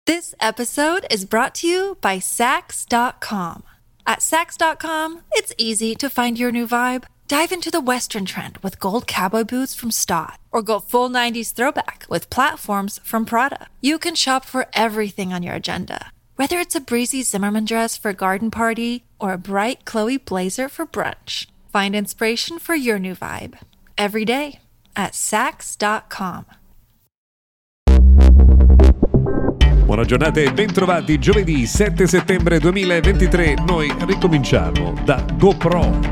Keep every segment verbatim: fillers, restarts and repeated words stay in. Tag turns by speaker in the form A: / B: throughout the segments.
A: This episode is brought to you by Sax dot com. At Sax dot com, it's easy to find your new vibe. Dive into the Western trend with gold cowboy boots from Stott, or go full nineties throwback with platforms from Prada. You can shop for everything on your agenda, whether it's a breezy Zimmermann dress for a garden party or a bright Chloe blazer for brunch. Find inspiration for your new vibe every day at Sax dot com.
B: Buona giornata e bentrovati. Giovedì sette settembre duemilaventitré. Noi ricominciamo da GoPro.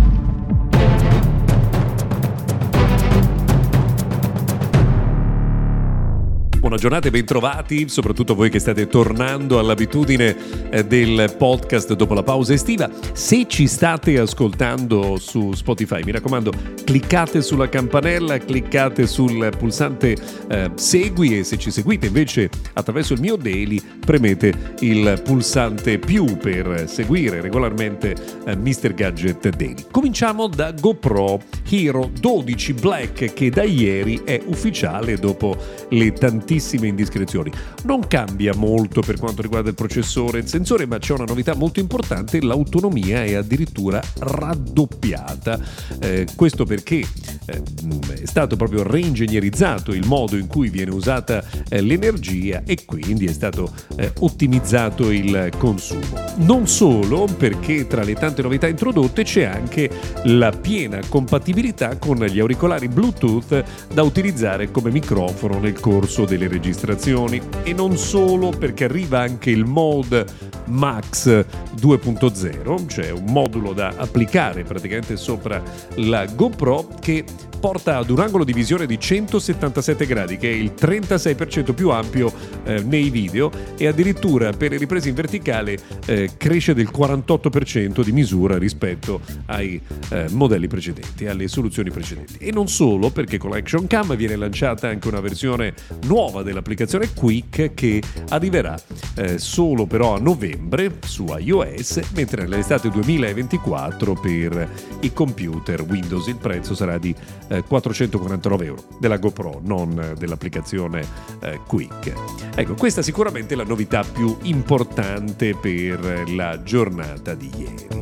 B: Buona giornata e bentrovati, soprattutto voi che state tornando all'abitudine eh, del podcast dopo la pausa estiva. Se ci state ascoltando su Spotify, mi raccomando, cliccate sulla campanella, cliccate sul pulsante eh, segui, e se ci seguite invece attraverso il mio daily, premete il pulsante più per seguire regolarmente eh, mister Gadget Daily. Cominciamo da GoPro Hero dodici Black, che da ieri è ufficiale dopo le tantissime indiscrezioni. Non cambia molto per quanto riguarda il processore e il sensore, ma c'è una novità molto importante: l'autonomia è addirittura raddoppiata. Eh, questo perché eh, è stato proprio reingegnerizzato il modo in cui viene usata eh, l'energia, e quindi è stato eh, ottimizzato il consumo. Non solo, perché tra le tante novità introdotte c'è anche la piena compatibilità con gli auricolari Bluetooth da utilizzare come microfono nel corso delle registrazioni, e non solo, perché arriva anche il mode Max due punto zero, cioè un modulo da applicare praticamente sopra la GoPro che porta ad un angolo di visione di centosettantasette gradi, che è il trentasei per cento più ampio eh, nei video, e addirittura per le riprese in verticale eh, cresce del quarantotto per cento di misura rispetto ai eh, modelli precedenti, alle soluzioni precedenti. E non solo, perché con l'Action Cam viene lanciata anche una versione nuova dell'applicazione Quick, che arriverà eh, solo però a novembre su iOS, mentre nell'estate duemilaventiquattro per i computer Windows. Il prezzo sarà di eh, quattrocentoquarantanove euro della GoPro, non dell'applicazione eh, Quick. Ecco, questa sicuramente è la novità più importante per la giornata di ieri.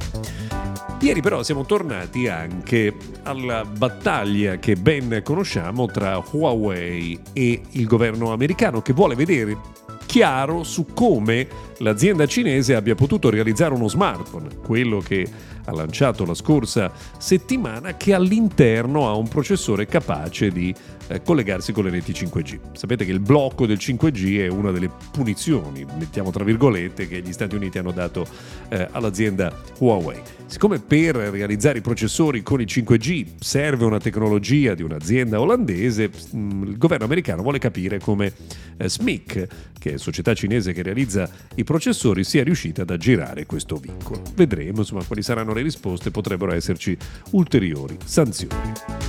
B: Ieri però siamo tornati anche alla battaglia che ben conosciamo tra Huawei e il governo americano, che vuole vedere chiaro su come l'azienda cinese abbia potuto realizzare uno smartphone, quello che ha lanciato la scorsa settimana, che all'interno ha un processore capace di eh, collegarsi con le reti cinque G. Sapete che il blocco del cinque G è una delle punizioni, mettiamo tra virgolette, che gli Stati Uniti hanno dato eh, all'azienda Huawei. Siccome per realizzare i processori con il cinque G serve una tecnologia di un'azienda olandese, mh, il governo americano vuole capire come eh, S M I C, che è società cinese che realizza i processori, sia riuscita ad aggirare questo vincolo. Vedremo insomma quali saranno le risposte. Potrebbero esserci ulteriori sanzioni.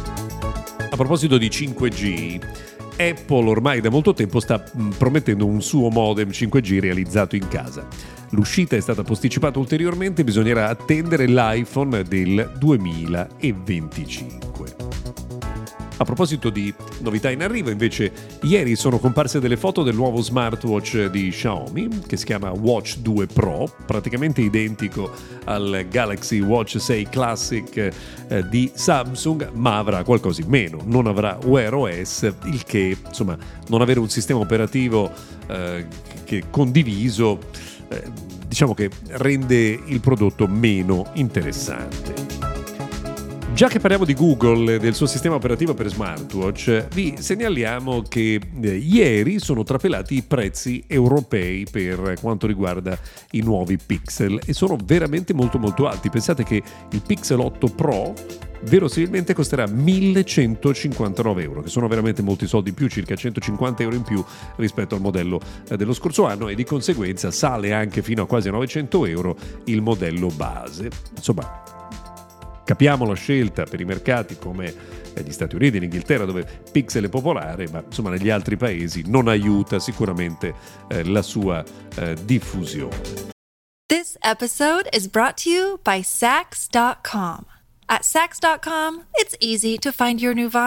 B: A proposito di cinque G, Apple ormai da molto tempo sta mh, promettendo un suo modem cinque G realizzato in casa. L'uscita è stata posticipata ulteriormente, bisognerà attendere l'iPhone del duemilaventicinque. A proposito di novità in arrivo, invece, ieri sono comparse delle foto del nuovo smartwatch di Xiaomi, che si chiama Watch due Pro, praticamente identico al Galaxy Watch sei Classic eh, di Samsung, ma avrà qualcosa in meno. Non avrà Wear O S, il che, insomma, non avere un sistema operativo eh, che condiviso, eh, diciamo che rende il prodotto meno interessante. Già che parliamo di Google e del suo sistema operativo per smartwatch, vi segnaliamo che eh, ieri sono trapelati i prezzi europei per quanto riguarda i nuovi Pixel, e sono veramente molto molto alti. Pensate che il Pixel otto Pro verosimilmente costerà millecentocinquantanove euro, che sono veramente molti soldi in più, circa centocinquanta euro in più rispetto al modello eh, dello scorso anno, e di conseguenza sale anche fino a quasi novecento euro il modello base. Insomma, capiamo la scelta per i mercati come gli Stati Uniti e l'Inghilterra, dove Pixel è popolare, ma insomma negli altri paesi non aiuta sicuramente eh, la sua eh, diffusione.
A: This episode is brought to you by Sax dot com. At Sax dot com, it's easy to find your new vibe.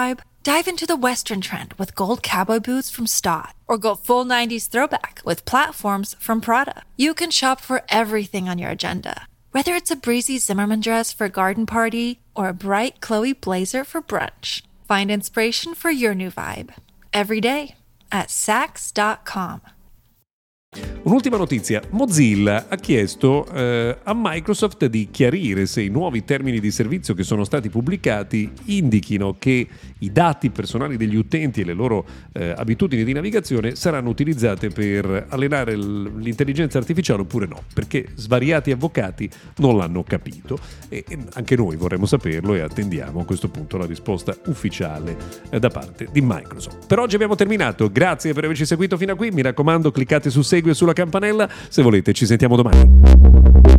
A: Dive into the Western trend with gold cowboy boots from Stott, or go full nineties throwback with platforms from Prada. You can shop for everything on your agenda, whether it's a breezy Zimmermann dress for a garden party or a bright Chloe blazer for brunch. Find inspiration for your new vibe every day at Saks dot com.
B: Un'ultima notizia, Mozilla ha chiesto eh, a Microsoft di chiarire se i nuovi termini di servizio che sono stati pubblicati indichino che i dati personali degli utenti e le loro eh, abitudini di navigazione saranno utilizzate per allenare l- l'intelligenza artificiale oppure no, perché svariati avvocati non l'hanno capito e, e anche noi vorremmo saperlo e attendiamo a questo punto la risposta ufficiale eh, da parte di Microsoft. Per oggi abbiamo terminato, grazie per averci seguito fino a qui, mi raccomando cliccate su segui e sulla campanella, se volete ci sentiamo domani.